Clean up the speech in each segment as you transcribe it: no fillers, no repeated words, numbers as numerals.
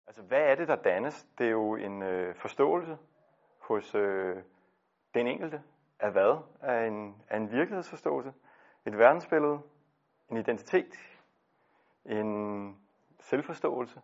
Altså, hvad er det, der dannes? Det er jo en forståelse hos den enkelte af hvad? Af en virkelighedsforståelse, et verdensbillede, en identitet, en selvforståelse.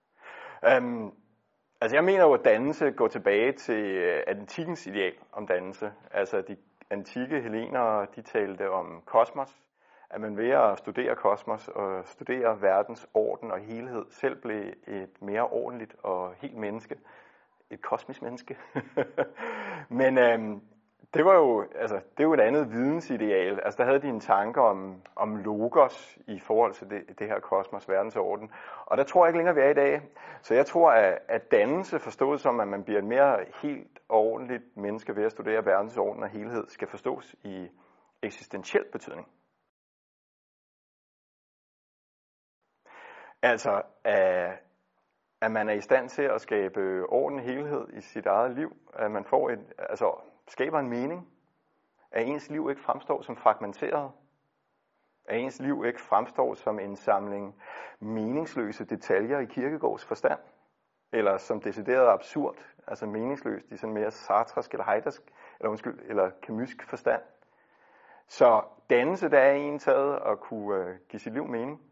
Altså, jeg mener jo, at dannelse går tilbage til antikkens ideal om dannelse. Altså, de antikke hellenere, de talte om kosmos, at man ved at studere kosmos og studere verdens orden og helhed, selv blev et mere ordentligt og helt menneske. Et kosmisk menneske. Men det var jo, altså, det er jo et andet vidensideal. Altså, der havde de en tanke om logos i forhold til det her kosmos, verdensorden. Og der tror jeg ikke længere, vi er i dag. Så jeg tror, at dannelse forstået som, at man bliver et mere helt ordentligt menneske ved at studere verdensorden og helhed, skal forstås i eksistentiel betydning. Altså, at man er i stand til at skabe orden og helhed i sit eget liv. At man får skaber en mening. At ens liv ikke fremstår som fragmenteret. At ens liv ikke fremstår som en samling meningsløse detaljer i Kierkegaards forstand. Eller som decideret absurd, altså meningsløst i sådan mere sartrisk eller heidersk, eller camusk forstand. Så dannelse, der er en taget at kunne give sit liv mening.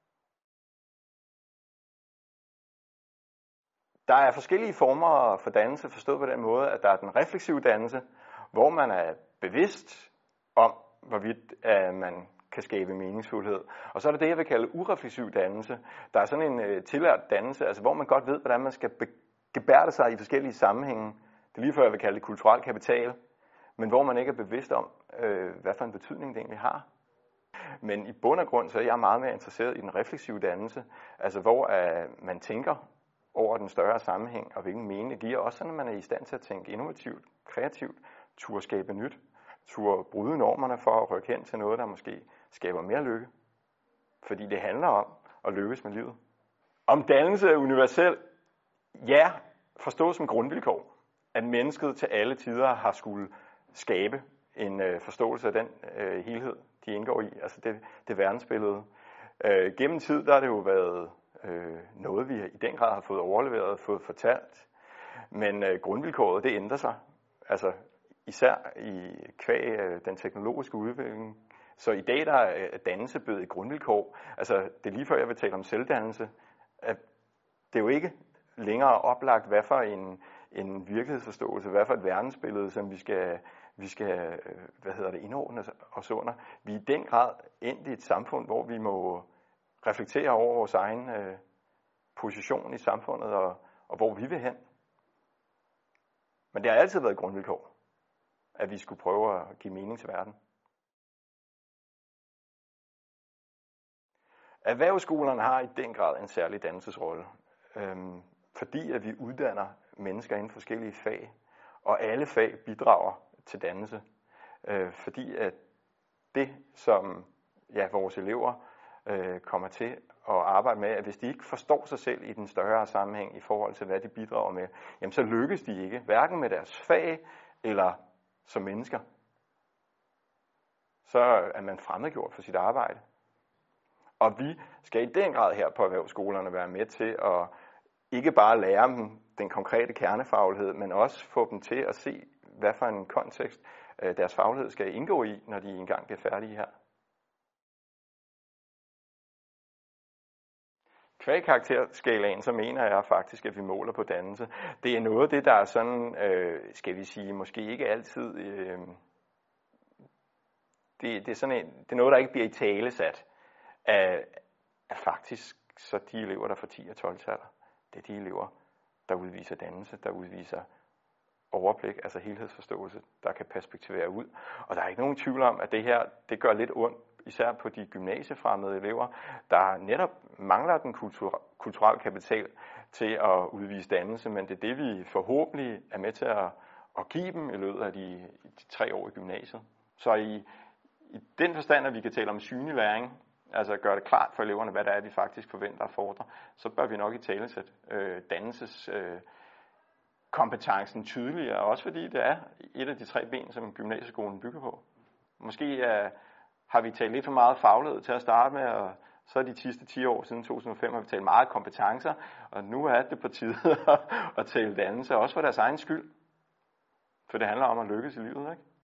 Der er forskellige former for dannelse, forstået på den måde, at der er den refleksive dannelse, hvor man er bevidst om, hvorvidt man kan skabe meningsfuldhed. Og så er der det, jeg vil kalde urefleksiv dannelse. Der er sådan en tillært dannelse, altså hvor man godt ved, hvordan man skal gebærde sig i forskellige sammenhænge. Det er lige før, jeg vil kalde det kulturel kapital, men hvor man ikke er bevidst om, hvad for en betydning det egentlig har. Men i bund og grund, så er jeg meget mere interesseret i den refleksive dannelse, altså hvor man tænker over den større sammenhæng, og hvilken mening det giver, også sådan, at man er i stand til at tænke innovativt, kreativt, turde skabe nyt, turde bryde normerne for at rykke hen til noget, der måske skaber mere lykke. Fordi det handler om at lykkes med livet. Om dannelse er universel, ja, forstås som grundvilkår, at mennesket til alle tider har skulle skabe en forståelse af den helhed, de indgår i, altså det verdensbillede. Gennem tid, der har det jo været noget, vi i den grad har fået overleveret, fået fortalt. Men grundvilkåret, det ændrer sig. Altså især i kvæg den teknologiske udvikling. Så i dag der er dannelse blevet et grundvilkår. Altså det er lige før jeg vil tale om selvdannelse. At det er jo ikke længere oplagt, hvad for en virkelighedsforståelse, hvad for et verdensbillede, som vi skal indordne os under. Vi er i den grad endt i et samfund, hvor vi må reflektere over vores egen position i samfundet, og hvor vi vil hen. Men det har altid været et grundvilkår, at vi skulle prøve at give mening til verden. Erhvervsskolerne har i den grad en særlig dannelsesrolle, fordi at vi uddanner mennesker inden for forskellige fag, og alle fag bidrager til dannelse, fordi at det, som vores elever kommer til at arbejde med, at hvis de ikke forstår sig selv i den større sammenhæng i forhold til, hvad de bidrager med, jamen så lykkes de ikke, hverken med deres fag eller som mennesker. Så er man fremmedgjort for sit arbejde. Og vi skal i den grad her på erhvervsskolerne være med til at ikke bare lære dem den konkrete kernefaglighed, men også få dem til at se, hvad for en kontekst deres faglighed skal indgå i, når de engang bliver færdige her. Kvæg karakterskalaen, så mener jeg faktisk, at vi måler på dannelse. Det er noget af det, der er sådan, skal vi sige, måske ikke altid, det er noget, der ikke bliver i talesat af faktisk så de elever, der får 10 og 12-taller. Det er de elever, der udviser dannelse, der udviser overblik, altså helhedsforståelse, der kan perspektivere ud. Og der er ikke nogen tvivl om, at det her, det gør lidt ondt, især på de gymnasiefremmede elever, der netop mangler den kulturelle kapital til at udvise dannelse, men det er det, vi forhåbentlig er med til at give dem i løbet af de 3 år i gymnasiet. Så i den forstand, at vi kan tale om synlig læring, altså gøre det klart for eleverne, hvad det er, vi faktisk forventer og fordrer, så bør vi nok i talesæt dannelseskompetencen tydeligere, også fordi det er et af de 3 ben, som gymnasieskolen bygger på. Måske har vi talt lidt for meget faglighed til at starte med, Så de sidste 10 år siden 2005 har vi talt meget kompetencer, og nu er det på tide at tale dannelse, også for deres egen skyld. For det handler om at lykkes i livet, ikke?